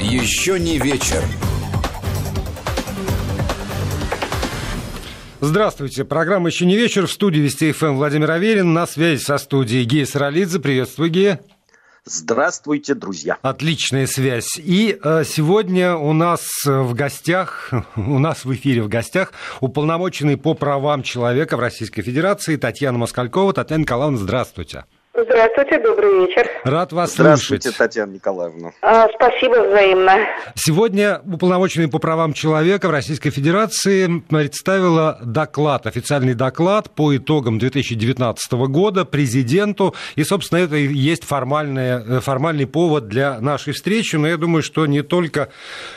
Еще не вечер. Здравствуйте. Программа «Еще не вечер». В студии Вести ФМ Владимир Аверин. На связи со студией Гея Саралидзе. Приветствую, Гея. Здравствуйте, друзья. Отличная связь. И сегодня у нас в эфире в гостях уполномоченный по правам человека в Российской Федерации Татьяна Москалькова. Татьяна Николаевна, здравствуйте. Здравствуйте, добрый вечер. Рад вас Здравствуйте, слышать. Татьяна Николаевна. Спасибо взаимно. Сегодня уполномоченный по правам человека в Российской Федерации представила доклад, официальный доклад по итогам 2019 года президенту. И, собственно, это и есть формальный повод для нашей встречи. Но я думаю, что не только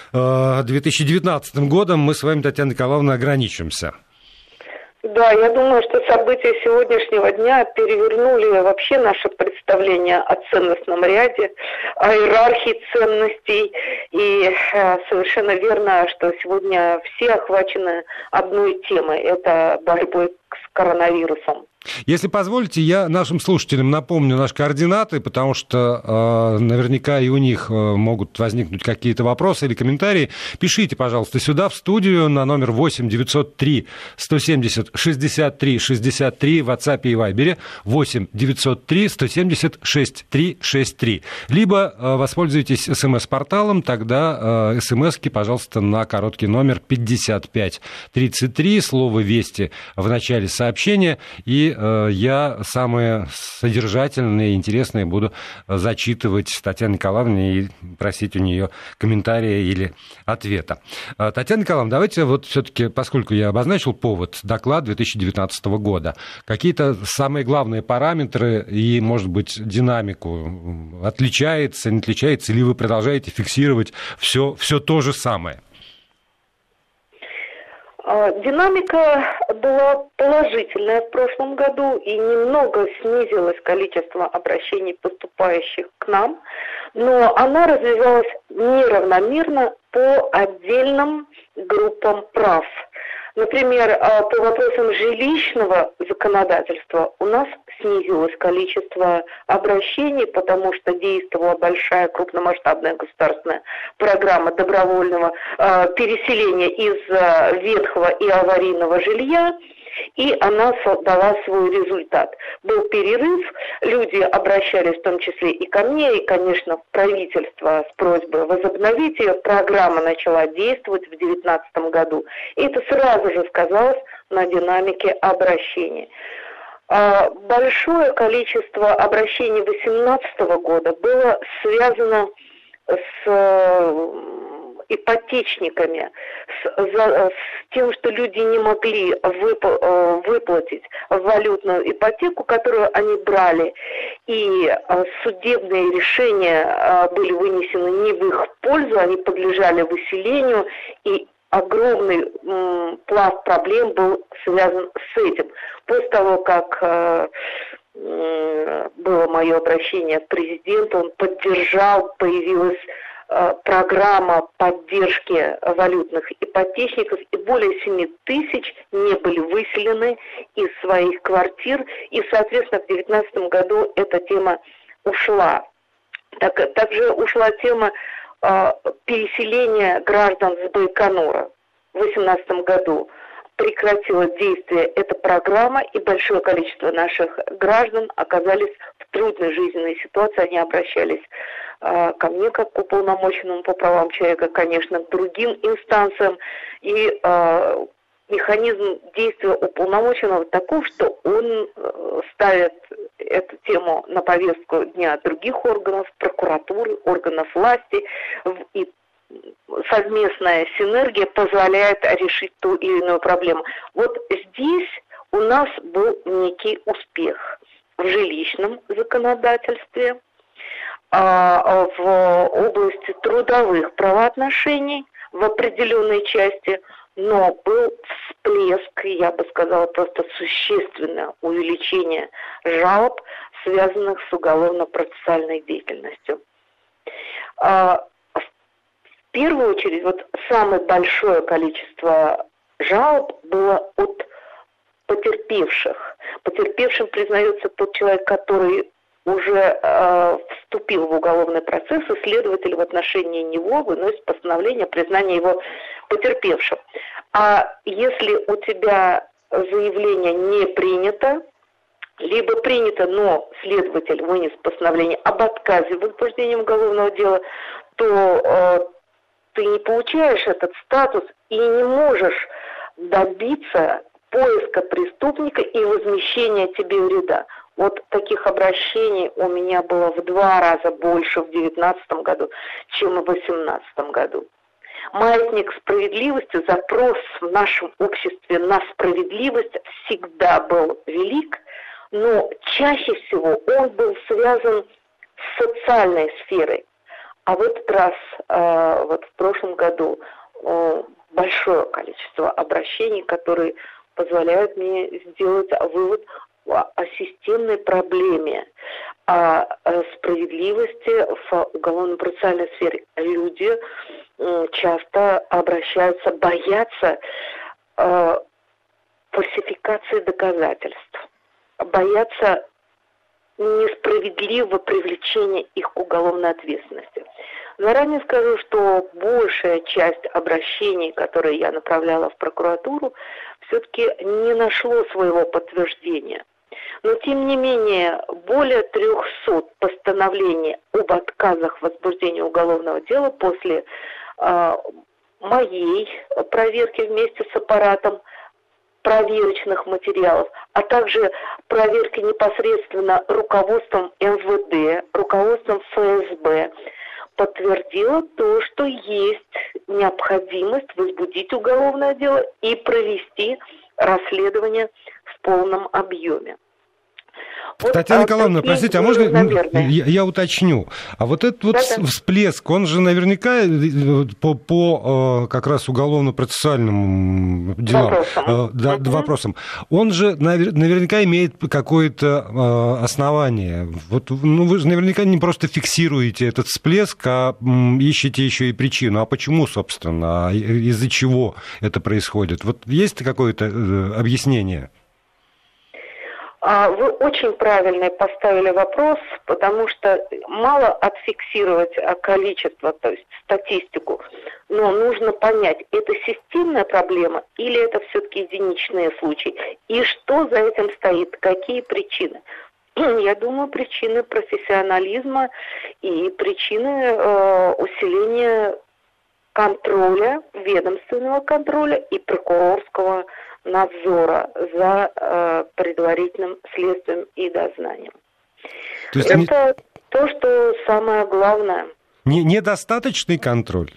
2019 годом мы с вами, Татьяна Николаевна, ограничимся. Да, я думаю, что события сегодняшнего дня перевернули вообще наше представление о ценностном ряде, о иерархии ценностей. И совершенно верно, что сегодня все охвачены одной темой – это борьбой с коронавирусом. Если позволите, я нашим слушателям напомню наши координаты, потому что наверняка и у них могут возникнуть какие-то вопросы или комментарии. Пишите, пожалуйста, сюда, в студию, на номер 8 903 170 63 63 в WhatsApp и Viber, 8 903 170 63 63. Либо воспользуйтесь СМС-порталом, тогда СМСки, пожалуйста, на короткий номер 5533, слово «Вести» в начале сообщения, и я самые содержательные и интересные буду зачитывать Татьяне Николаевне и просить у нее комментария или ответа. Татьяна Николаевна, давайте вот все-таки, поскольку я обозначил повод, доклад 2019 года, какие-то самые главные параметры и, может быть, динамику отличается, не отличается, или вы продолжаете фиксировать все то же самое? Динамика была положительная в прошлом году, и немного снизилось количество обращений, поступающих к нам, но она развивалась неравномерно по отдельным группам прав. Например, по вопросам жилищного законодательства у нас снизилось количество обращений, потому что действовала большая крупномасштабная государственная программа добровольного переселения из ветхого и аварийного жилья, и она дала свой результат. Был перерыв, люди обращались в том числе и ко мне, и, конечно, в правительство с просьбой возобновить ее. Программа начала действовать в 2019 году, и это сразу же сказалось на динамике обращений. Большое количество обращений 2018 года было связано с ипотечниками, с тем, что люди не могли выплатить валютную ипотеку, которую они брали, и судебные решения были вынесены не в их пользу, они подлежали выселению, и огромный пласт проблем был связан с этим. После того, как было мое обращение к президенту, он поддержал, появилась программа поддержки валютных ипотечников, и более 7 тысяч не были выселены из своих квартир, и, соответственно, в 2019 году эта тема ушла. Также ушла тема переселения граждан с Байконура. В 2018 году прекратила действие эта программа, и большое количество наших граждан оказались в трудной жизненной ситуации, они обращались ко мне, как к уполномоченному по правам человека, конечно, к другим инстанциям. И механизм действия уполномоченного таков, что он ставит эту тему на повестку дня других органов, прокуратуры, органов власти, и совместная синергия позволяет решить ту или иную проблему. Вот здесь у нас был некий успех в жилищном законодательстве, в области трудовых правоотношений в определенной части, но был всплеск, я бы сказала, просто существенное увеличение жалоб, связанных с уголовно-процессуальной деятельностью. В первую очередь, вот самое большое количество жалоб было от потерпевших. Потерпевшим признается тот человек, который уже вступил в уголовный процесс, и следователь в отношении него выносит постановление о признании его потерпевшим. А если у тебя заявление не принято, либо принято, но следователь вынес постановление об отказе в возбуждении уголовного дела, то ты не получаешь этот статус и не можешь добиться поиска преступника и возмещения тебе вреда. Вот таких обращений у меня было в 2 раза больше в 2019 году, чем в 2018 году. Маятник справедливости, запрос в нашем обществе на справедливость всегда был велик, но чаще всего он был связан с социальной сферой. А в этот раз, вот в прошлом году, большое количество обращений, которые позволяют мне сделать вывод о системной проблеме, о справедливости в уголовно-процессуальной сфере. Люди часто обращаются, боятся фальсификации доказательств, боятся несправедливого привлечения их к уголовной ответственности. Заранее скажу, что большая часть обращений, которые я направляла в прокуратуру, все-таки не нашло своего подтверждения. Но, тем не менее, более 300 постановлений об отказах в возбуждении уголовного дела после моей проверки вместе с аппаратом проверочных материалов, а также проверки непосредственно руководством МВД, руководством ФСБ, подтвердила то, что есть необходимость возбудить уголовное дело и провести расследование в полном объеме. Вот, Татьяна Николаевна, простите, а можно я уточню? А вот этот вот всплеск, он же наверняка по как раз уголовно-процессуальным делам, вопросам, он же наверняка имеет какое-то основание. Вот, ну, вы же наверняка не просто фиксируете этот всплеск, а ищете еще и причину. А почему, собственно, из-за чего это происходит? Вот есть какое-то объяснение? Вы очень правильно поставили вопрос, потому что мало отфиксировать количество, то есть статистику, но нужно понять, это системная проблема или это все-таки единичные случаи, и что за этим стоит, какие причины. Я думаю, причины профессионализма и причины усиления контроля, ведомственного контроля и прокурорского надзора за предварительным следствием и дознанием. То есть это то, что самое главное. Недостаточный контроль?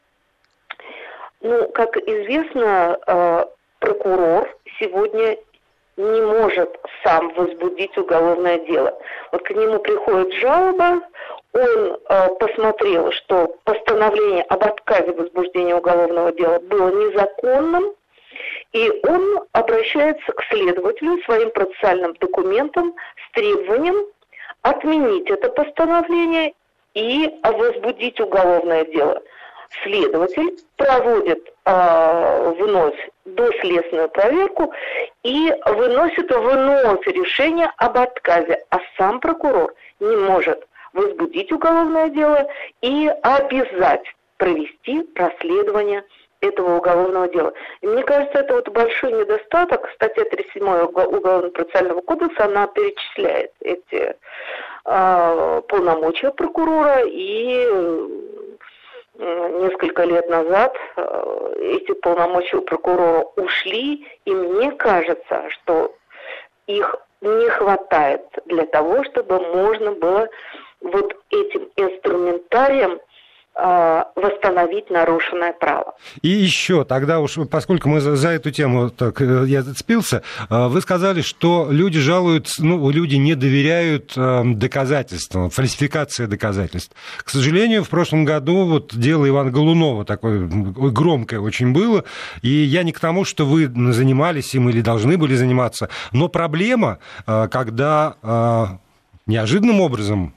Ну, как известно, прокурор сегодня не может сам возбудить уголовное дело. Вот к нему приходит жалоба, он посмотрел, что постановление об отказе возбуждения уголовного дела было незаконным, и он обращается к следователю своим процессуальным документом с требованием отменить это постановление и возбудить уголовное дело. Следователь проводит вновь доследственную проверку и выносит вновь решение об отказе, а сам прокурор не может возбудить уголовное дело и обязать провести расследование этого уголовного дела. И мне кажется, это вот большой недостаток. Статья 37 Уголовно-процессуального кодекса, она перечисляет эти полномочия прокурора, и несколько лет назад эти полномочия у прокурора ушли, и мне кажется, что их не хватает для того, чтобы можно было вот этим инструментарием восстановить нарушенное право. И еще, тогда уж, поскольку мы за эту тему так, я зацепился, вы сказали, что люди жалуются, люди не доверяют доказательствам, фальсификации доказательств. К сожалению, в прошлом году вот дело Ивана Голунова такое громкое очень было, и я не к тому, что вы занимались им или должны были заниматься, но проблема, когда неожиданным образом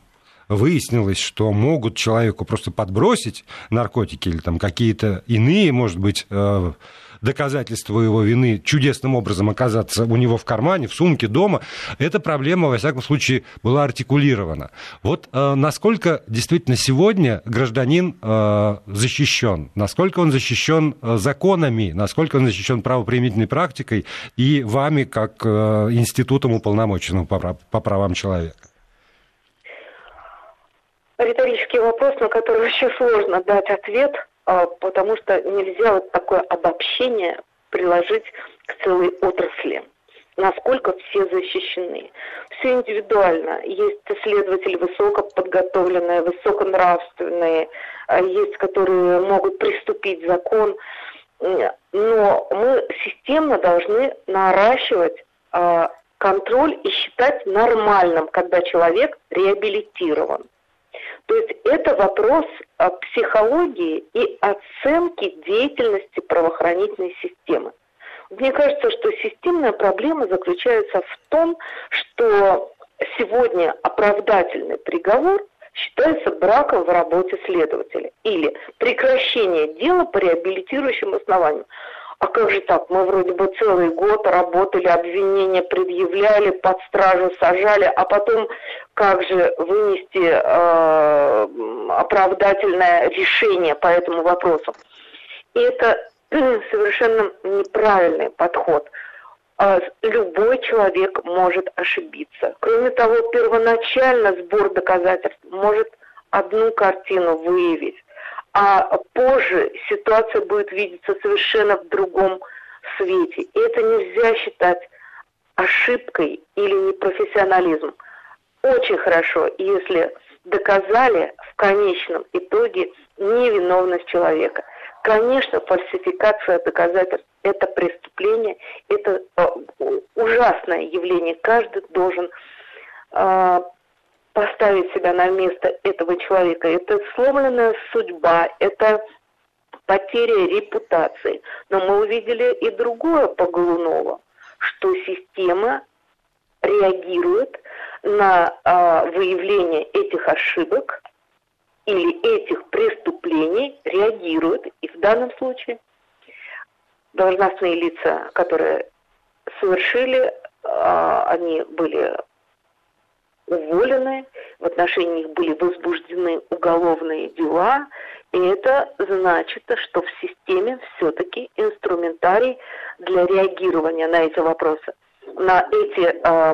выяснилось, что могут человеку просто подбросить наркотики или там какие-то иные, может быть, доказательства его вины чудесным образом оказаться у него в кармане, в сумке, дома, эта проблема, во всяком случае, была артикулирована. Вот насколько действительно сегодня гражданин защищен, насколько он защищен законами, насколько он защищен правоприменительной практикой и вами, как институтом уполномоченного по правам человека? Риторический вопрос, на который очень сложно дать ответ, потому что нельзя вот такое обобщение приложить к целой отрасли. Насколько все защищены. Все индивидуально. Есть исследователи высокоподготовленные, высоконравственные, есть, которые могут приступить закон. Но мы системно должны наращивать контроль и считать нормальным, когда человек реабилитирован. То есть это вопрос психологии и оценки деятельности правоохранительной системы. Мне кажется, что системная проблема заключается в том, что сегодня оправдательный приговор считается браком в работе следователя или прекращение дела по реабилитирующим основаниям. А как же так? Мы вроде бы целый год работали, обвинения предъявляли, под стражу сажали, а потом как же вынести оправдательное решение по этому вопросу? И это совершенно неправильный подход. Любой человек может ошибиться. Кроме того, первоначально сбор доказательств может одну картину выявить, а позже ситуация будет видеться совершенно в другом свете. И это нельзя считать ошибкой или непрофессионализмом. Очень хорошо, если доказали в конечном итоге невиновность человека. Конечно, фальсификация доказательств – это преступление, это ужасное явление. Каждый должен поставить себя на место этого человека. Это сломленная судьба, это потеря репутации. Но мы увидели и другое по Голунову, что система реагирует на выявление этих ошибок или этих преступлений, реагирует. И в данном случае должностные лица, которые совершили, они были уволены, в отношении них были возбуждены уголовные дела, и это значит, что в системе все-таки инструментарий для реагирования на эти вопросы, на эти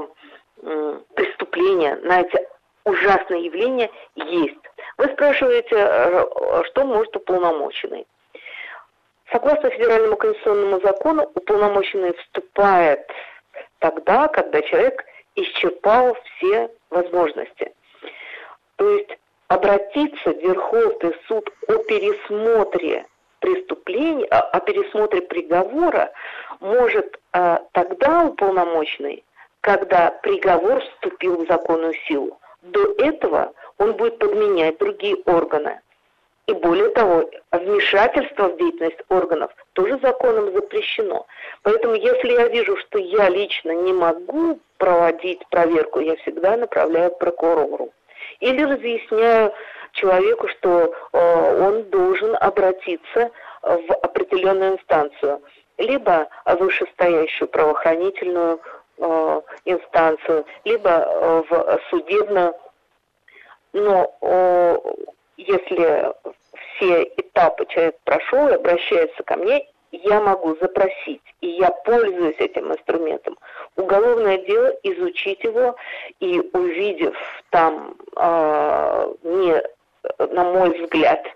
преступления, на эти ужасные явления есть. Вы спрашиваете, что может уполномоченный? Согласно Федеральному конституционному закону, уполномоченный вступает тогда, когда человек исчерпал все возможности. То есть обратиться в Верховный суд о пересмотре преступления, о пересмотре приговора может тогда уполномоченный, когда приговор вступил в законную силу. До этого он будет подменять другие органы. И более того, вмешательство в деятельность органов тоже законом запрещено. Поэтому, если я вижу, что я лично не могу проводить проверку, я всегда направляю к прокурору. Или разъясняю человеку, что он должен обратиться в определенную инстанцию. Либо вышестоящую правоохранительную инстанцию, либо в судебную. Но если все этапы человек прошел и обращается ко мне, я могу запросить, и я пользуюсь этим инструментом, уголовное дело, изучить его и увидев там, не, на мой взгляд,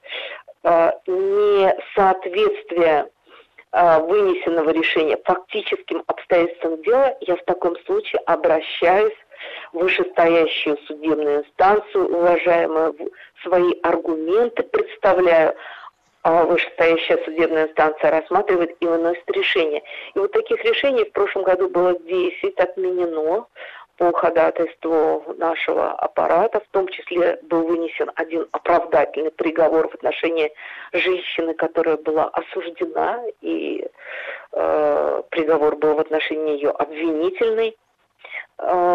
несоответствие вынесенного решения фактическим обстоятельствам дела, я в таком случае обращаюсь в вышестоящую судебную инстанцию, уважаемую, свои аргументы представляю, а вышестоящая судебная инстанция рассматривает и выносит решение. И вот таких решений в прошлом году было 10 отменено по ходатайству нашего аппарата. В том числе был вынесен один оправдательный приговор в отношении женщины, которая была осуждена, и приговор был в отношении нее обвинительный.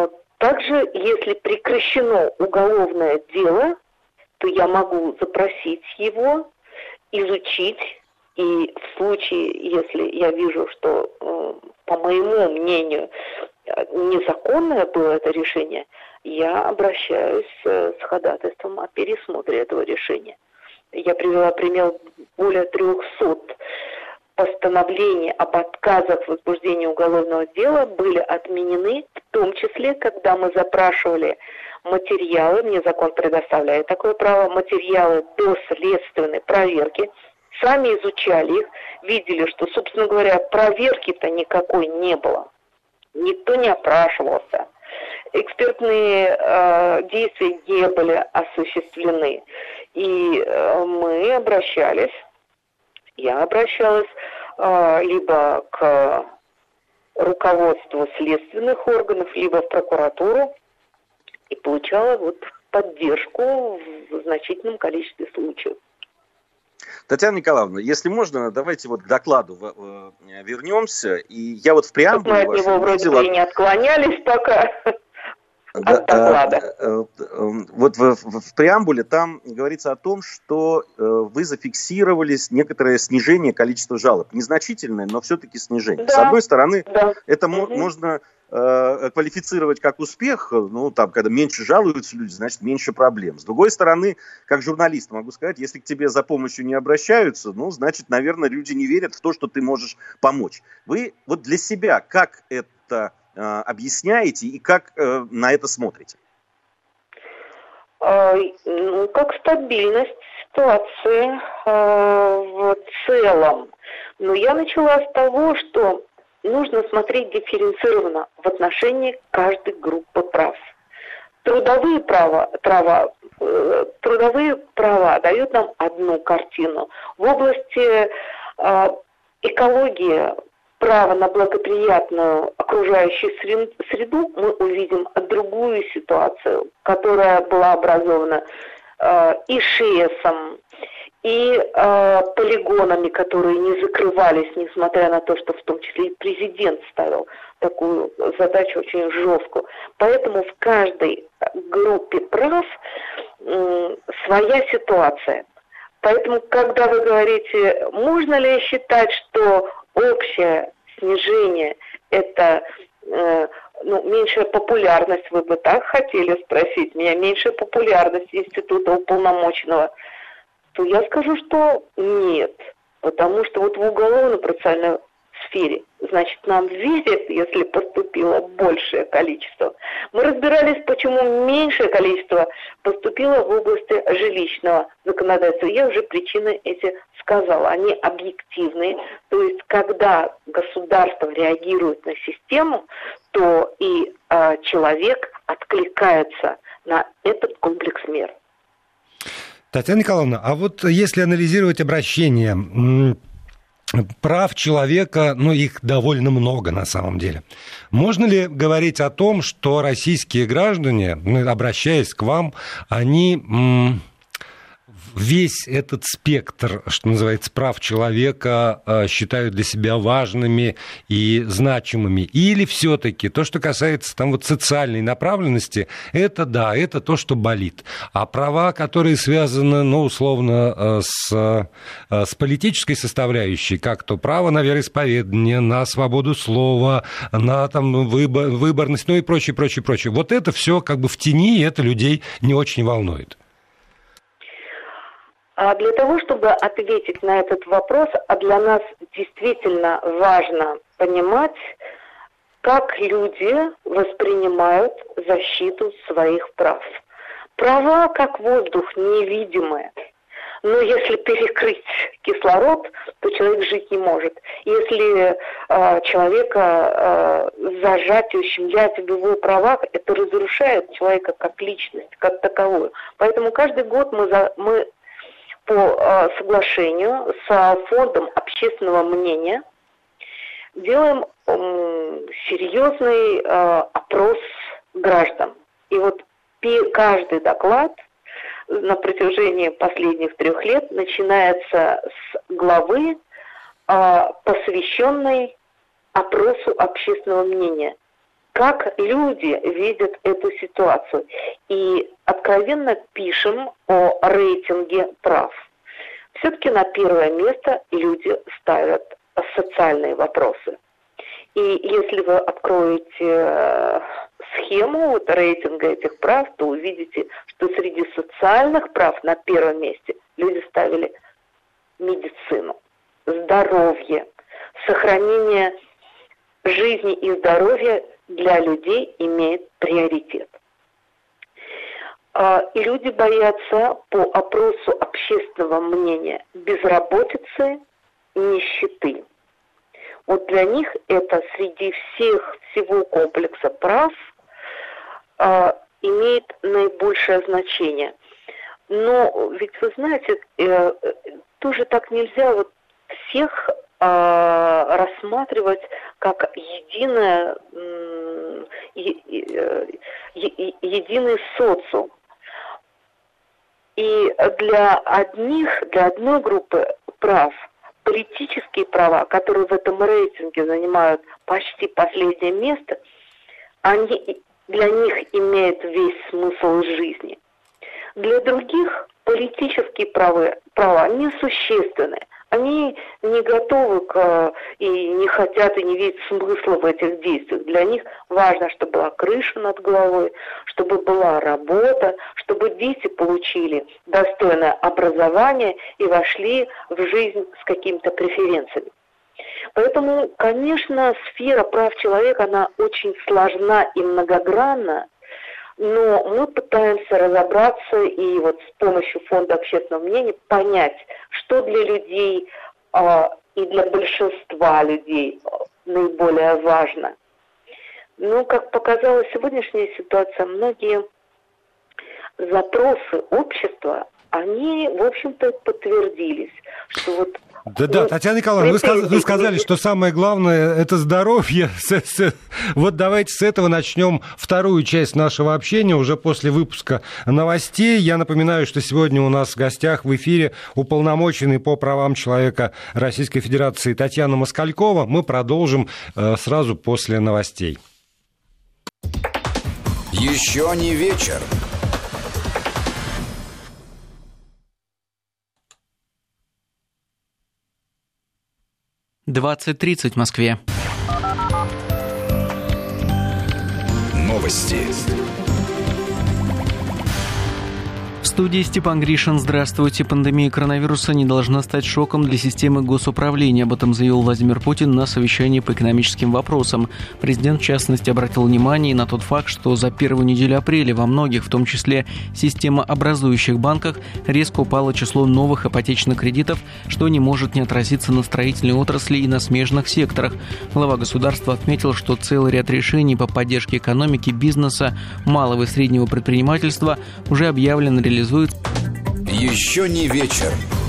Также, если прекращено уголовное дело, то я могу запросить его, изучить, и в случае, если я вижу, что, по моему мнению, незаконное было это решение, я обращаюсь с ходатайством о пересмотре этого решения. Я привела пример более 300 постановлений об отказах в возбуждении уголовного дела были отменены, в том числе, когда мы запрашивали материалы, мне закон предоставляет такое право, материалы до следственной проверки, сами изучали их, видели, что, собственно говоря, проверки-то никакой не было. Никто не опрашивался. Экспертные действия не были осуществлены. И мы обращались, я обращалась либо к руководству следственных органов, либо в прокуратуру и получала вот поддержку в значительном количестве случаев. Татьяна Николаевна, если можно, давайте вот к докладу вернемся. И я вот в преамбуле... Мы от него вроде бы и не отклонялись пока от доклада. Вот в преамбуле там говорится о том, что вы зафиксировали некоторое снижение количества жалоб. Незначительное, но все-таки снижение. Да. С одной стороны, это можно квалифицировать как успех, ну, там, когда меньше жалуются люди, значит, меньше проблем. С другой стороны, как журналист могу сказать, если к тебе за помощью не обращаются, ну, значит, наверное, люди не верят в то, что ты можешь помочь. Вы вот для себя как это объясняете и как на это смотрите? Как стабильность ситуации в целом. Но я начала с того, что нужно смотреть дифференцированно в отношении каждой группы прав. Трудовые права дают нам одну картину. В области экологии, права на благоприятную окружающую среду, мы увидим другую ситуацию, которая была образована и ШИЭСом, и полигонами, которые не закрывались, несмотря на то, что в том числе и президент ставил такую задачу очень жесткую. Поэтому в каждой группе прав своя ситуация. Поэтому, когда вы говорите, можно ли считать, что общее снижение – это меньшая популярность, вы бы так хотели спросить меня, меньшая популярность института уполномоченного, то я скажу, что нет. Потому что вот в уголовно-процессуальной сфере, значит, нам верят, если поступило большее количество. Мы разбирались, почему меньшее количество поступило в области жилищного законодательства. Я уже причины эти сказала. Они объективные. То есть, когда государство реагирует на систему, то и человек откликается на этот комплекс мер. Татьяна Николаевна, а вот если анализировать обращения, прав человека, их довольно много на самом деле. Можно ли говорить о том, что российские граждане, обращаясь к вам, они весь этот спектр, что называется, прав человека считают для себя важными и значимыми? Или все-таки то, что касается там вот социальной направленности, это да, это то, что болит. А права, которые связаны, условно, с политической составляющей, как то право на вероисповедание, на свободу слова, на там выборность, и прочее, прочее, прочее. Вот это все как бы в тени, и это людей не очень волнует. А для того, чтобы ответить на этот вопрос, для нас действительно важно понимать, как люди воспринимают защиту своих прав. Права, как воздух, невидимые. Но если перекрыть кислород, то человек жить не может. Если человека зажать и ущемлять в его правах, это разрушает человека как личность, как таковую. Поэтому каждый год мы по соглашению с Фондом общественного мнения делаем серьезный опрос граждан. И вот каждый доклад на протяжении последних 3 лет начинается с главы, посвященной опросу общественного мнения. как люди видят эту ситуацию. И откровенно пишем о рейтинге прав. Все-таки на первое место люди ставят социальные вопросы. И если вы откроете схему рейтинга этих прав, то увидите, что среди социальных прав на первом месте люди ставили медицину, здоровье, сохранение жизни и здоровья для людей имеет приоритет. И люди боятся по опросу общественного мнения безработицы, нищеты. Вот для них это среди всего комплекса прав имеет наибольшее значение. Но ведь вы знаете, тоже так нельзя вот всех рассматривать как единый социум. И для одной группы прав, политические права, которые в этом рейтинге занимают почти последнее место, для них имеют весь смысл жизни. Для других политические права несущественны. Они не готовы и не хотят, и не видят смысла в этих действиях. Для них важно, чтобы была крыша над головой, чтобы была работа, чтобы дети получили достойное образование и вошли в жизнь с какими-то преференциями. Поэтому, конечно, сфера прав человека, она очень сложна и многогранна, но мы пытаемся разобраться и вот с помощью Фонда общественного мнения понять, что для людей и для большинства людей наиболее важно. Но, как показала сегодняшняя ситуация, многие запросы общества, они, в общем-то, подтвердились, что вот... Да, Татьяна Николаевна, вы сказали, что самое главное – это здоровье. Вот давайте с этого начнем вторую часть нашего общения уже после выпуска новостей. Я напоминаю, что сегодня у нас в гостях в эфире уполномоченный по правам человека Российской Федерации Татьяна Москалькова. Мы продолжим сразу после новостей. Еще не вечер. «20:30 в Москве». Новости. В студии Степан Гришин. Здравствуйте. Пандемия коронавируса не должна стать шоком для системы госуправления. Об этом заявил Владимир Путин на совещании по экономическим вопросам. Президент, в частности, обратил внимание на тот факт, что за первую неделю апреля во многих, в том числе системообразующих банках, резко упало число новых ипотечных кредитов, что не может не отразиться на строительной отрасли и на смежных секторах. Глава государства отметил, что целый ряд решений по поддержке экономики, бизнеса, малого и среднего предпринимательства уже объявлен реализуется. Еще не вечер.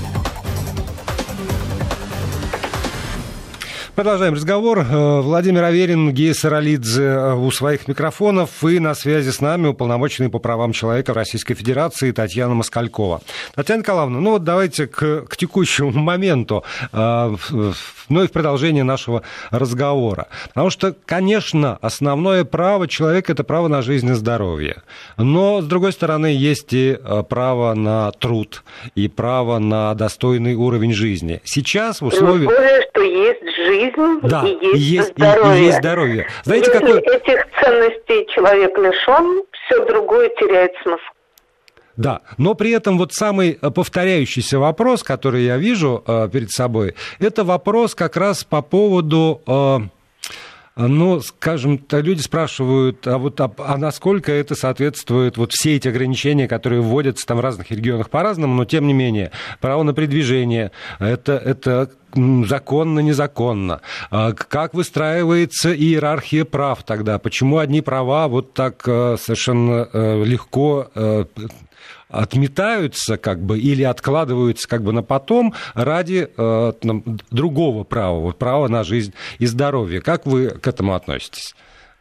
Продолжаем разговор. Владимир Аверин, Гея Саралидзе у своих микрофонов, и на связи с нами уполномоченный по правам человека в Российской Федерации Татьяна Москалькова. Татьяна Николаевна, ну вот давайте к текущему моменту, ну и в продолжение нашего разговора. Потому что, конечно, основное право человека – это право на жизнь и здоровье. Но, с другой стороны, есть и право на труд, и право на достойный уровень жизни. Сейчас в условиях... что есть жизнь, да, и есть здоровье. И есть здоровье. Знаете, если этих ценностей человек лишен, все другое теряет смысл. Да, но при этом вот самый повторяющийся вопрос, который я вижу перед собой, это вопрос как раз по поводу... Ну, скажем, люди спрашивают, а насколько это соответствует вот все эти ограничения, которые вводятся там в разных регионах по-разному, но тем не менее, право на передвижение, это законно, незаконно. Как выстраивается иерархия прав тогда? Почему одни права вот так совершенно легко отметаются как бы или откладываются как бы на потом ради другого права, вот права на жизнь и здоровье? Как вы к этому относитесь?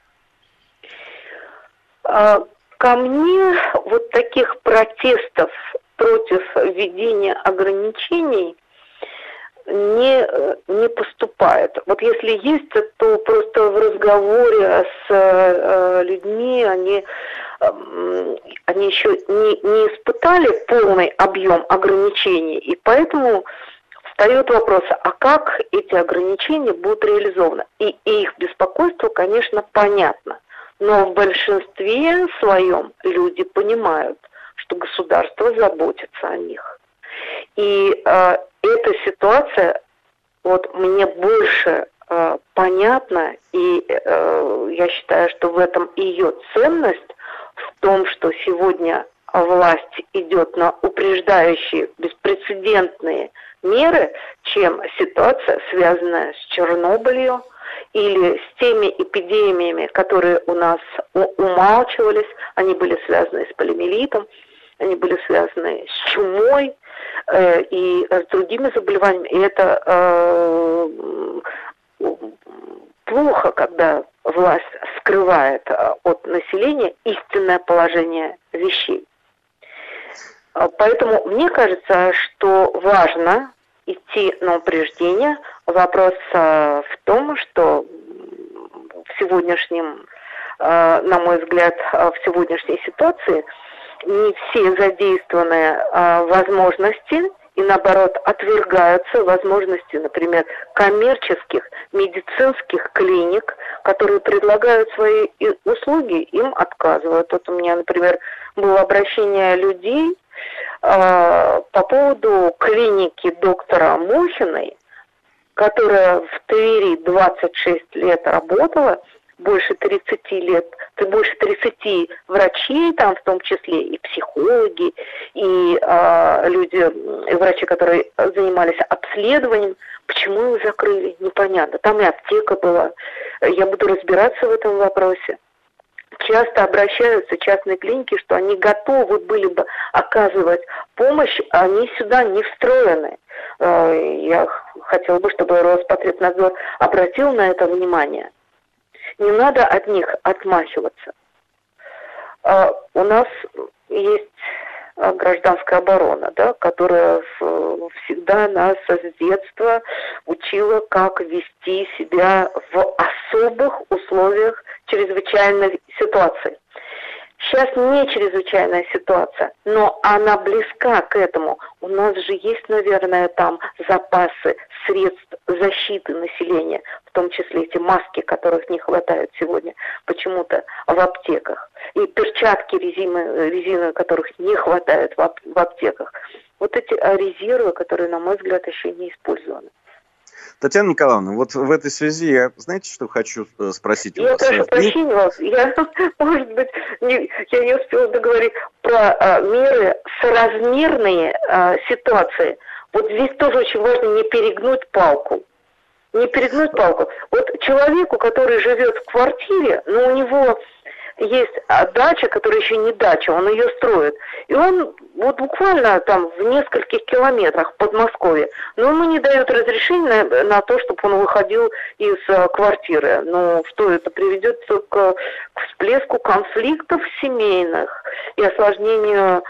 Ко мне вот таких протестов против введения ограничений не поступает. Вот если есть, то просто в разговоре с людьми они еще не испытали полный объем ограничений, и поэтому встает вопрос, а как эти ограничения будут реализованы? И их беспокойство, конечно, понятно, но в большинстве своем люди понимают, что государство заботится о них. И эта ситуация вот мне больше понятна, и я считаю, что в этом ее ценность, в том, что сегодня власть идет на упреждающие, беспрецедентные меры, чем ситуация, связанная с Чернобылем или с теми эпидемиями, которые у нас умалчивались. Они были связаны с полиомиелитом, они были связаны с чумой и с другими заболеваниями. И это плохо, когда власть скрывает от населения истинное положение вещей. Поэтому мне кажется, что важно идти на упреждение. Вопрос в том, что в сегодняшнем, на мой взгляд, в сегодняшней ситуации не все задействованные возможности, и наоборот отвергаются возможности, например, коммерческих медицинских клиник, которые предлагают свои услуги, им отказывают. Вот у меня, например, было обращение людей по поводу клиники доктора Мухиной, которая в Твери 26 лет работала, больше 30 лет, больше 30 врачей там в том числе, и психологи, и люди, и врачи, которые занимались обследованием. Почему их закрыли, непонятно. Там и аптека была. Я буду разбираться в этом вопросе. Часто обращаются частные клиники, что они готовы были бы оказывать помощь, а они сюда не встроены. Я хотела бы, чтобы Роспотребнадзор обратил на это внимание. Не надо от них отмахиваться. У нас есть гражданская оборона, да, которая всегда нас с детства учила, как вести себя в особых условиях чрезвычайной ситуации. Сейчас не чрезвычайная ситуация, но она близка к этому. У нас же есть, наверное, там запасы средств защиты населения, в том числе эти маски, которых не хватает сегодня почему-то в аптеках, и перчатки резиновые, которых не хватает в аптеках. Вот эти резервы, которые, на мой взгляд, еще не использованы. Татьяна Николаевна, вот в этой связи я, знаете, что хочу спросить у вас? Я прошу прощения вас, может быть, я не успела договорить про меры соразмерные ситуации. Вот здесь тоже очень важно не перегнуть палку. Не перегнуть палку. Вот человеку, который живет в квартире, но у него есть дача, которая еще не дача, он ее строит. И он вот буквально там в нескольких километрах в Подмосковье, но ему не дают разрешения на то, чтобы он выходил из квартиры. Ну, что это приведет к всплеску конфликтов семейных и осложнению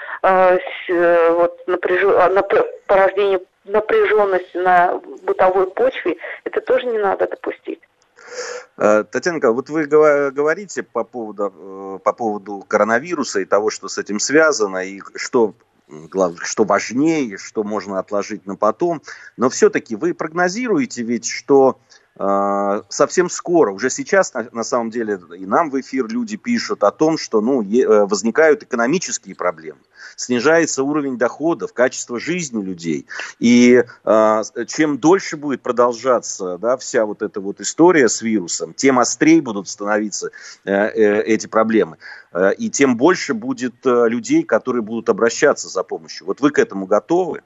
порождению напряженности на бытовой почве. Это тоже не надо допустить. Татьяна Николаевна, вот вы говорите по поводу коронавируса и того, что с этим связано, и что важнее, что можно отложить на потом. Но все-таки вы прогнозируете ведь, что совсем скоро, уже сейчас на самом деле и нам в эфир люди пишут о том, что возникают экономические проблемы, снижается уровень доходов, качество жизни людей. И чем дольше будет продолжаться, да, вся вот эта вот история с вирусом, тем острее будут становиться эти проблемы. И тем больше будет людей, которые будут обращаться за помощью. Вот вы к этому готовы?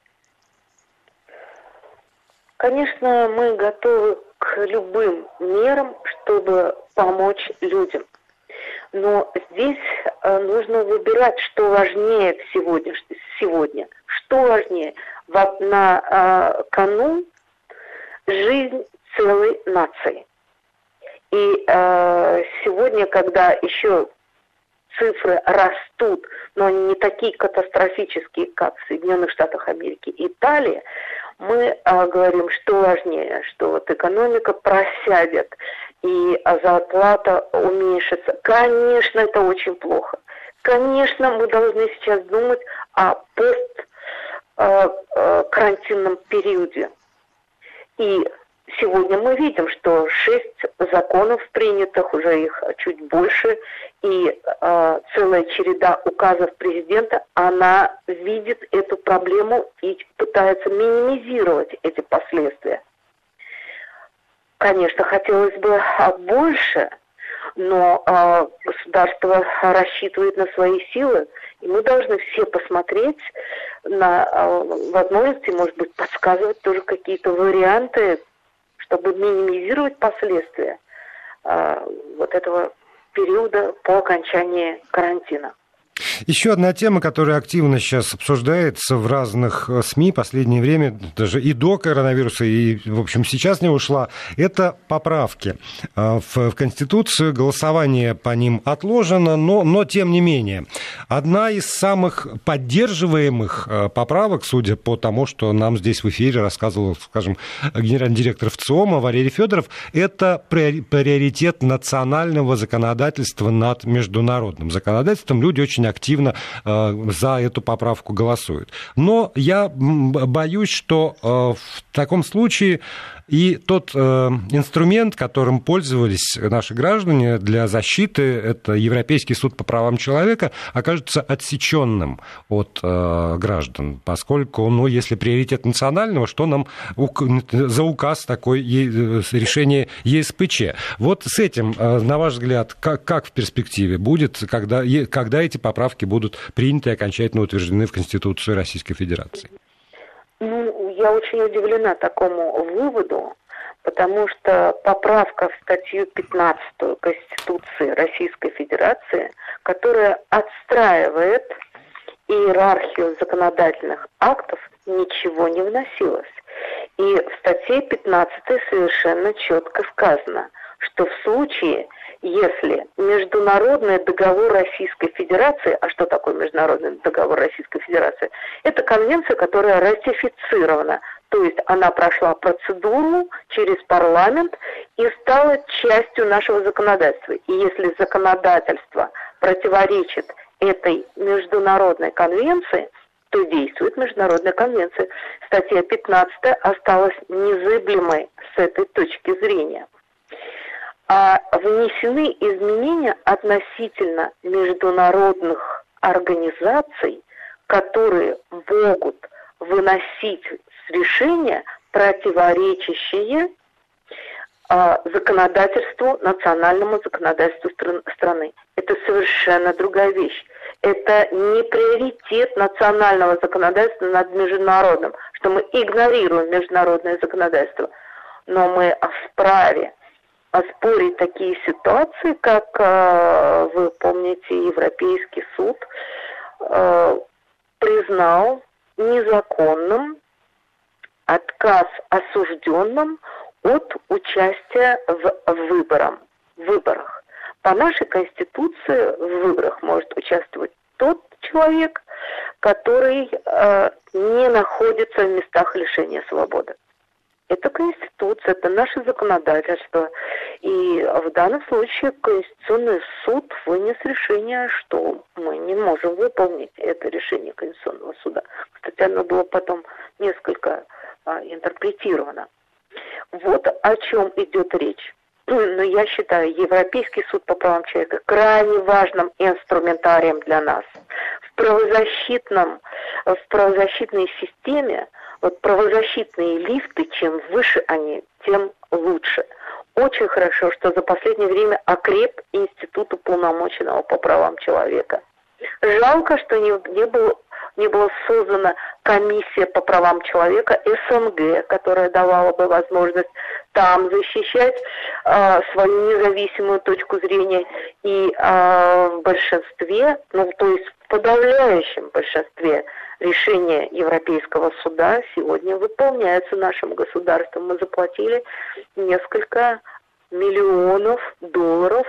Конечно, мы готовы к любым мерам, чтобы помочь людям. Но здесь нужно выбирать, что важнее сегодня. Что важнее? На кону жизнь целой нации. И сегодня, когда еще цифры растут, но они не такие катастрофические, как в Соединенных Штатах Америки и Италии, Мы говорим, что важнее, что вот экономика просядет и зарплата уменьшится. Конечно, это очень плохо. Конечно, мы должны сейчас думать о посткарантинном периоде. И сегодня мы видим, что 6 законов принятых, уже их чуть больше, и целая череда указов президента, она видит эту проблему и пытается минимизировать эти последствия. Конечно, хотелось бы больше, но государство рассчитывает на свои силы, и мы должны все посмотреть на возможности, может быть, подсказывать тоже какие-то варианты, чтобы минимизировать последствия вот этого периода по окончании карантина. Еще одна тема, которая активно сейчас обсуждается в разных СМИ в последнее время, даже и до коронавируса, и, в общем, сейчас не ушла, это поправки в Конституцию. Голосование по ним отложено, но тем не менее. Одна из самых поддерживаемых поправок, судя по тому, что нам здесь в эфире рассказывал, скажем, генеральный директор ВЦИОМа Валерий Федоров, это приоритет национального законодательства над международным законодательством. Люди очень активно за эту поправку голосуют. Но я боюсь, что в таком случае и тот инструмент, которым пользовались наши граждане для защиты, это Европейский суд по правам человека, окажется отсеченным от граждан, поскольку, если приоритет национального, что нам за указ такой решение ЕСПЧ? Вот с этим, на ваш взгляд, как в перспективе будет, когда эти поправки будут приняты и окончательно утверждены в Конституции Российской Федерации? Я очень удивлена такому выводу, потому что поправка в статью 15 Конституции Российской Федерации, которая отстраивает иерархию законодательных актов, ничего не вносилось. И в статье 15 совершенно четко сказано, что в случае, если международный договор Российской Федерации, а что такое международный договор Российской Федерации? Это конвенция, которая ратифицирована, то есть она прошла процедуру через парламент и стала частью нашего законодательства. И если законодательство противоречит этой международной конвенции, то действует международная конвенция. Статья 15 осталась незыблемой с этой точки зрения. А внесены изменения относительно международных организаций, которые могут выносить решения, противоречащие законодательству, национальному законодательству страны. Это совершенно другая вещь. Это не приоритет национального законодательства над международным, что мы игнорируем международное законодательство, но мы вправе оспорить такие ситуации, как, вы помните, Европейский суд признал незаконным отказ осужденным от участия в выборах. По нашей Конституции в выборах может участвовать тот человек, который не находится в местах лишения свободы. Это Конституция, это наше законодательство. И в данном случае Конституционный суд вынес решение, что мы не можем выполнить это решение Конституционного суда. Кстати, оно было потом несколько интерпретировано. Вот о чем идет речь. Но я считаю Европейский суд по правам человека крайне важным инструментарием для нас. В правозащитной системе правозащитные лифты, чем выше они, тем лучше. Очень хорошо, что за последнее время окреп Институт уполномоченного по правам человека. Жалко, что не была создана комиссия по правам человека СНГ, которая давала бы возможность там защищать свою независимую точку зрения. И в большинстве, то есть в подавляющем большинстве решения Европейского суда сегодня выполняются нашим государством. Мы заплатили несколько миллионов долларов,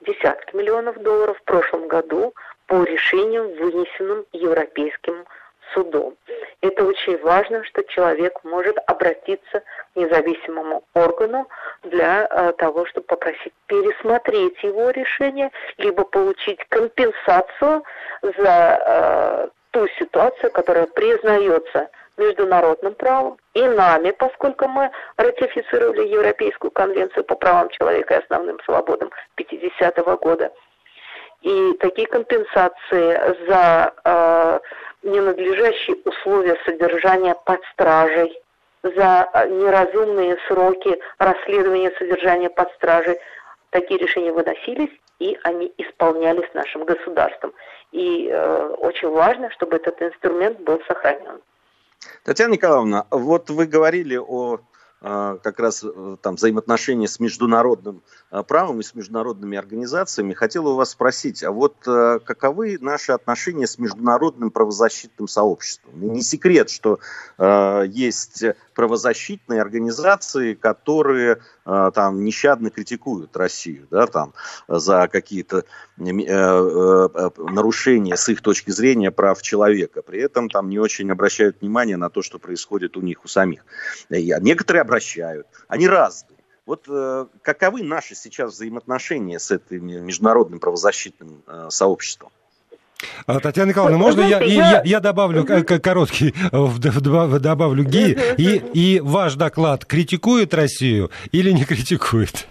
$10 миллионов в прошлом году по решениям, вынесенным Европейским судом. Это очень важно, что человек может обратиться к независимому органу для того, чтобы попросить пересмотреть его решение, либо получить компенсацию за ту ситуацию, которая признается международным правом и нами, поскольку мы ратифицировали Европейскую конвенцию по правам человека и основным свободам 50-го года. И такие компенсации за ненадлежащие условия содержания под стражей, за неразумные сроки расследования содержания под стражей, такие решения выносились, и они исполнялись нашим государством. И очень важно, чтобы этот инструмент был сохранен. Татьяна Николаевна, вот вы говорили о как раз там взаимоотношения с международным правом и с международными организациями. Хотел у вас спросить, а вот каковы наши отношения с международным правозащитным сообществом? Не секрет, что есть правозащитные организации, которые там нещадно критикуют Россию, да, там, за какие-то нарушения с их точки зрения прав человека. При этом там не очень обращают внимание на то, что происходит у них у самих. Некоторые обращают, они разные. Вот каковы наши сейчас взаимоотношения с этим международным правозащитным сообществом? Татьяна Николаевна, можно я добавлю короткий, добавлю ГИ, и ваш доклад критикует Россию или не критикует?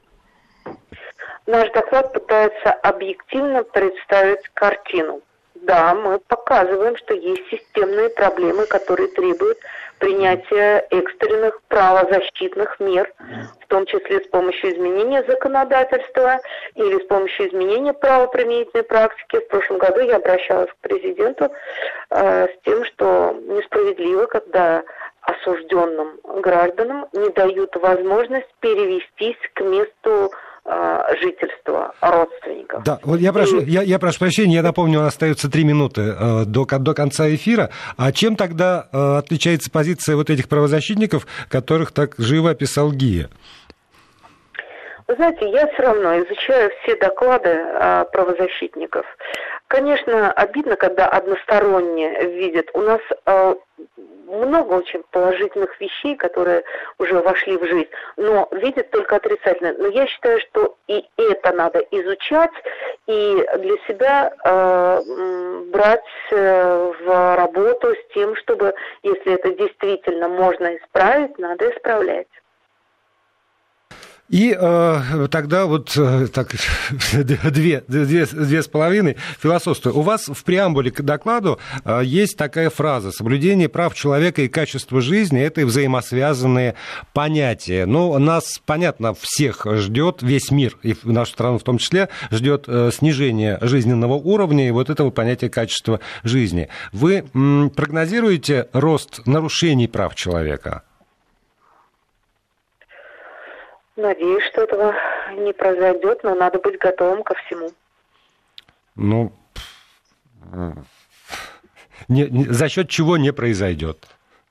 Наш доклад пытается объективно представить картину. Да, мы показываем, что есть системные проблемы, которые требуют принятия экстренных правозащитных мер, в том числе с помощью изменения законодательства или с помощью изменения правоприменительной практики. В прошлом году я обращалась к президенту с тем, что несправедливо, когда осужденным гражданам не дают возможность перевестись к месту жительства родственников. Да, вот я прошу прощения, я напомню, у нас остается 3 минуты до конца эфира. А чем тогда отличается позиция вот этих правозащитников, которых так живо описал Гия? Вы знаете, я все равно изучаю все доклады правозащитников. Конечно, обидно, когда односторонне видят. У нас много очень положительных вещей, которые уже вошли в жизнь, но видят только отрицательное. Но я считаю, что и это надо изучать и для себя брать в работу с тем, чтобы, если это действительно можно исправить, надо исправлять. И тогда вот так, две с половиной философства. У вас в преамбуле к докладу есть такая фраза: соблюдение прав человека и качество жизни – это взаимосвязанные понятия. Ну, нас, понятно, всех ждет, весь мир, и нашу страну в том числе, ждет снижение жизненного уровня и вот этого понятия качества жизни. Вы прогнозируете рост нарушений прав человека? Надеюсь, что этого не произойдет, но надо быть готовым ко всему. Ну, за счет чего не произойдет?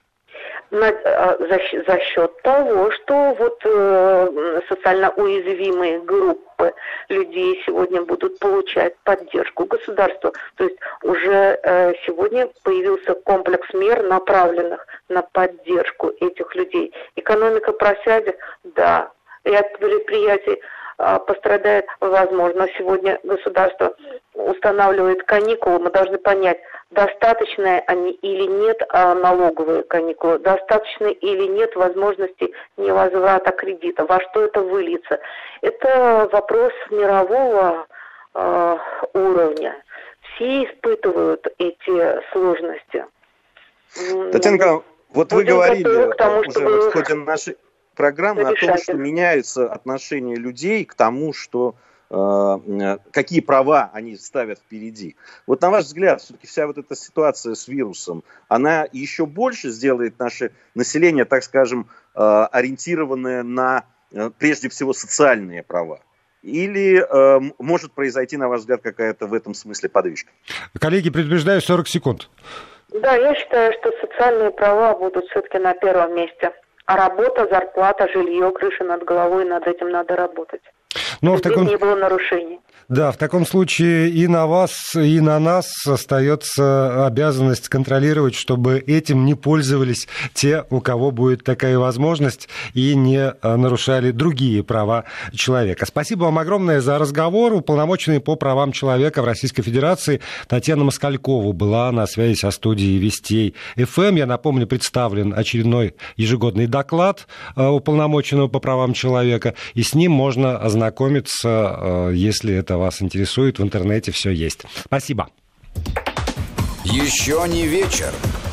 За счет того, что вот социально уязвимые группы людей сегодня будут получать поддержку государства. То есть уже сегодня появился комплекс мер, направленных на поддержку этих людей. Экономика просядет, да. Ряд предприятий пострадает, возможно. Сегодня государство устанавливает каникулы. Мы должны понять, достаточно они или нет налоговые каникулы, достаточно или нет возможности невозврата кредита, во что это выльется. Это вопрос мирового уровня. Все испытывают эти сложности. Татьяна Николаевна, вот вы говорили уже в ходе нашей программы о том, что меняются отношения людей к тому, что какие права они ставят впереди. Вот на ваш взгляд, все-таки вся вот эта ситуация с вирусом, она еще больше сделает наше население, так скажем, ориентированное на, прежде всего, социальные права? Или может произойти, на ваш взгляд, какая-то в этом смысле подвижка? Коллеги, предупреждаю, 40 секунд. Да, я считаю, что социальные права будут все-таки на первом месте. А работа, зарплата, жилье, крыша над головой, над этим надо работать. Но в таком... не было нарушений. Да, в таком случае и на вас, и на нас остается обязанность контролировать, чтобы этим не пользовались те, у кого будет такая возможность, и не нарушали другие права человека. Спасибо вам огромное за разговор. Уполномоченный по правам человека в Российской Федерации Татьяна Москалькова была на связи со студией Вестей ФМ. Я напомню, представлен очередной ежегодный доклад уполномоченного по правам человека, и с ним можно ознакомиться, если это вас интересует, в интернете все есть. Спасибо. Еще не вечер.